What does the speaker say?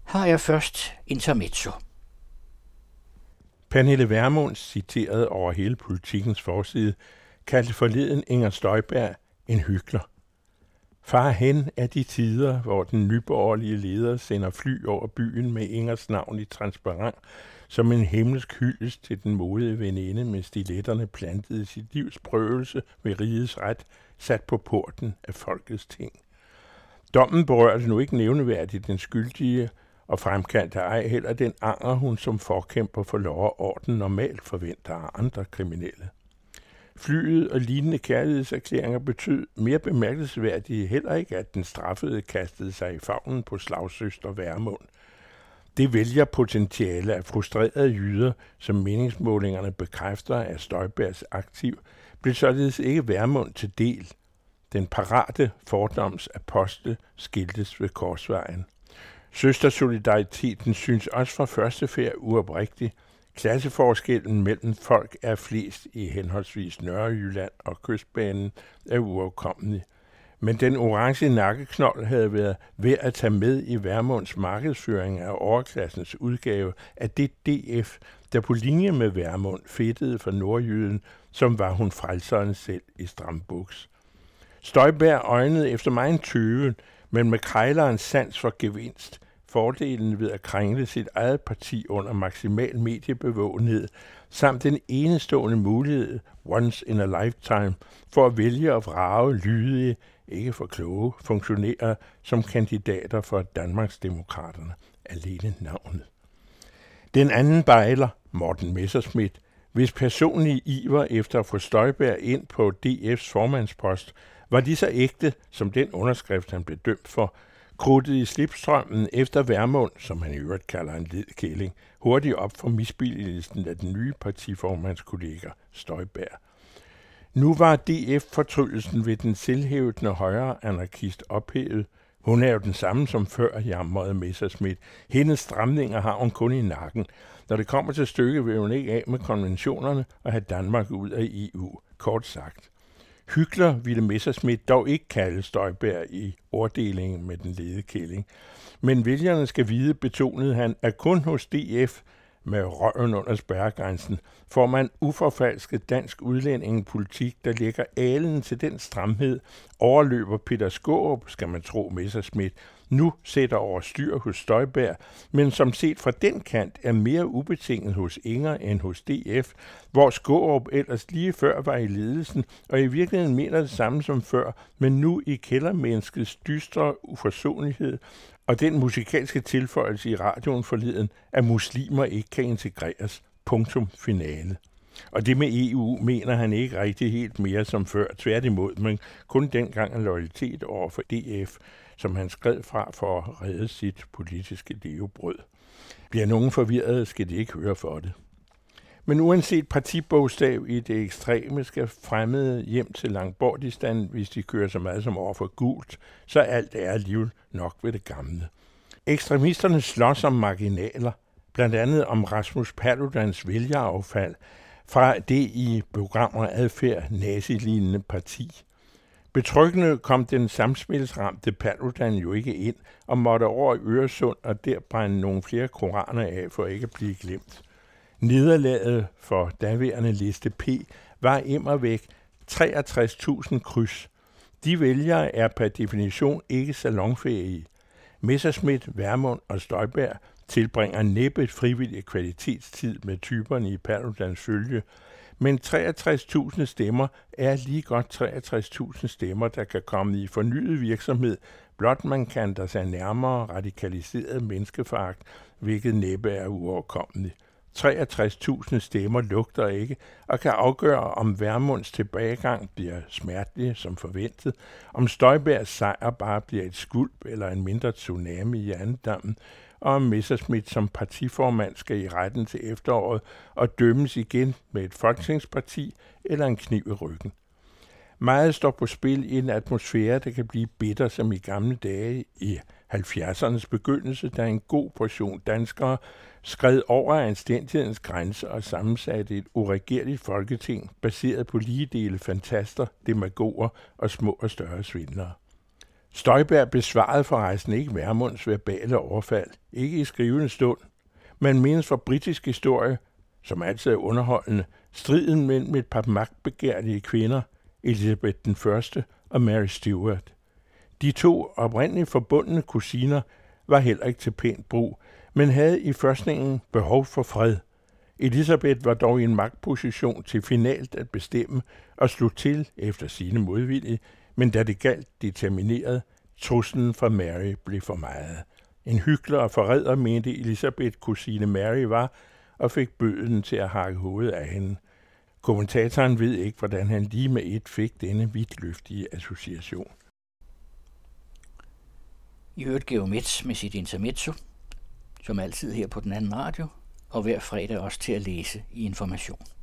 har jeg først intermezzo. Pernille Vermund, citeret over hele Politikens forside, kaldte forleden Inger Støjberg en hykler. Far hen er de tider, hvor den nyborgerlige leder sender fly over byen med Ingers navn i transparent, som en himmelsk hyldest til den modige veninde med stiletterne plantet i sit livs prøvelse ved rigets ret, sat på porten af folkets ting. Dommen berørte nu ikke nævneværdigt den skyldige og fremkaldte ej heller den anger, hun som forkæmper for lov og orden normalt forventer af andre kriminelle. Flyet og lignende kærlighedserklæringer betød mere bemærkelsesværdigt heller ikke, at den straffede kastede sig i favnen på slagsøster Vermund. Det vælgerpotentiale af frustrerede jyder, som meningsmålingerne bekræfter af Støjbergs aktiv, blev således ikke Vermund til del. Den parate fordoms apostel skiltes ved korsvejen. Søstersolidariteten synes også fra første færd uoprigtig. Klasseforskellen mellem folk er flest i henholdsvis Nørrejylland og Kystbanen er uoverkommelig. Men den orange nakkeknold havde været ved at tage med i Vermunds markedsføring af overklassens udgave af det DF, der på linje med Vermund fedtede for nordjyden, som var hun frelseren selv i stram buks. Støjberg øjnede efter megen tøven, men med krejlerens sans for gevinst, fordelen ved at krængle sit eget parti under maksimal mediebevågenhed, samt den enestående mulighed, once in a lifetime, for at vælge og vrage lydige, ikke for kloge, funktionærer som kandidater for Danmarksdemokraterne, alene navnet. Den anden bejler, Morten Messerschmidt, hvis personlige iver efter at få Støjberg ind på DF's formandspost, var lige så ægte som den underskrift, han blev dømt for, krudtet i slipstrømmen efter Vermund, som han i øvrigt kalder en ledkælling, hurtigt op for misbilligelsen af den nye partiformandskollega Støjberg. Nu var DF-fortrydelsen ved den selvhævdende højre anarkist ophævet. Hun er jo den samme som før, jamrede Messerschmidt. Hendes stramninger har hun kun i nakken. Når det kommer til stykket, vil hun ikke af med konventionerne og have Danmark ud af EU, kort sagt. Hykler ville Messerschmidt dog ikke kalde Støjberg i orddelingen med den ledekælling. Men vælgerne skal vide, betonede han, at kun hos DF med røven under spærregrænsen får man uforfalsket dansk udlændingepolitik, der lægger alen til den stramhed, overløber Peter Skaarup, skal man tro Messerschmidt, nu sætter over styr hos Støjberg, men som set fra den kant er mere ubetinget hos Inger end hos DF, hvor Skaarup ellers lige før var i ledelsen, og i virkeligheden mener det samme som før, men nu i kældermenneskets dystre uforsonlighed, og den musikalske tilføjelse i radioen forleden, at muslimer ikke kan integreres. Punktum finale. Og det med EU mener han ikke rigtig helt mere som før, tværtimod, men kun dengang en loyalitet over for DF, som han skred fra for at redde sit politiske levebrød. Bliver nogen forvirret, skal de ikke høre for det. Men uanset partibogstav i det ekstreme, skal fremmede hjem til Langbordistan, hvis de kører så meget som over for gult, så alt er alligevel nok ved det gamle. Ekstremisterne slås om marginaler, blandt andet om Rasmus Paludans vælgeraffald fra det i programmer adfærd nazilignende parti. Betryggende kom den samspilsramte Paludan jo ikke ind og måtte over i Øresund og der brænde nogle flere koraner af for ikke at blive glemt. Nederlaget for daværende liste P var immervæk 63.000 kryds. De vælgere er per definition ikke salonfæhige. Messerschmidt, Vermund og Støjberg tilbringer næppe frivillig kvalitetstid med typerne i Paludans følge, men 63.000 stemmer er lige godt 63.000 stemmer, der kan komme i fornyet virksomhed, blot man kanter sig nærmere radikaliseret menneskeforagt, hvilket næppe er uoverkommeligt. 63.000 stemmer lugter ikke og kan afgøre, om Vermunds tilbagegang bliver smertelig som forventet, om Støjbergs sejr bare bliver et skvulp eller en mindre tsunami i andedammen, og om Messerschmidt som partiformand skal i retten til efteråret og dømmes igen med et folketingsparti eller en kniv i ryggen. Meget står på spil i en atmosfære, der kan blive bitter som i gamle dage i 70'ernes begyndelse, da en god portion danskere skred over anstændighedens grænse og sammensatte et uregerligt folketing, baseret på lige dele fantaster, demagoger og små og større svindlere. Støjberg besvarede forresten ikke Vermunds verbale overfald, ikke i skrivende stund, men menes for britisk historie, som altid er underholdende, striden mellem et par magtbegærlige kvinder, Elizabeth den Første og Mary Stuart. De to oprindeligt forbundne kusiner var heller ikke til pænt brug, men havde i førstningen behov for fred. Elizabeth var dog i en magtposition til finalt at bestemme og slog til efter sine modvilje, men da det galt determineret, truslen fra Mary blev for meget. En hykler og forræder mente Elizabeth kusine Mary var, og fik bøden til at hakke hovedet af hende. Kommentatoren ved ikke, hvordan han lige med et fik denne vidtløftige association. I hørte Geomets med sit intermezzo, som altid her på den anden radio, og hver fredag også til at læse i Information.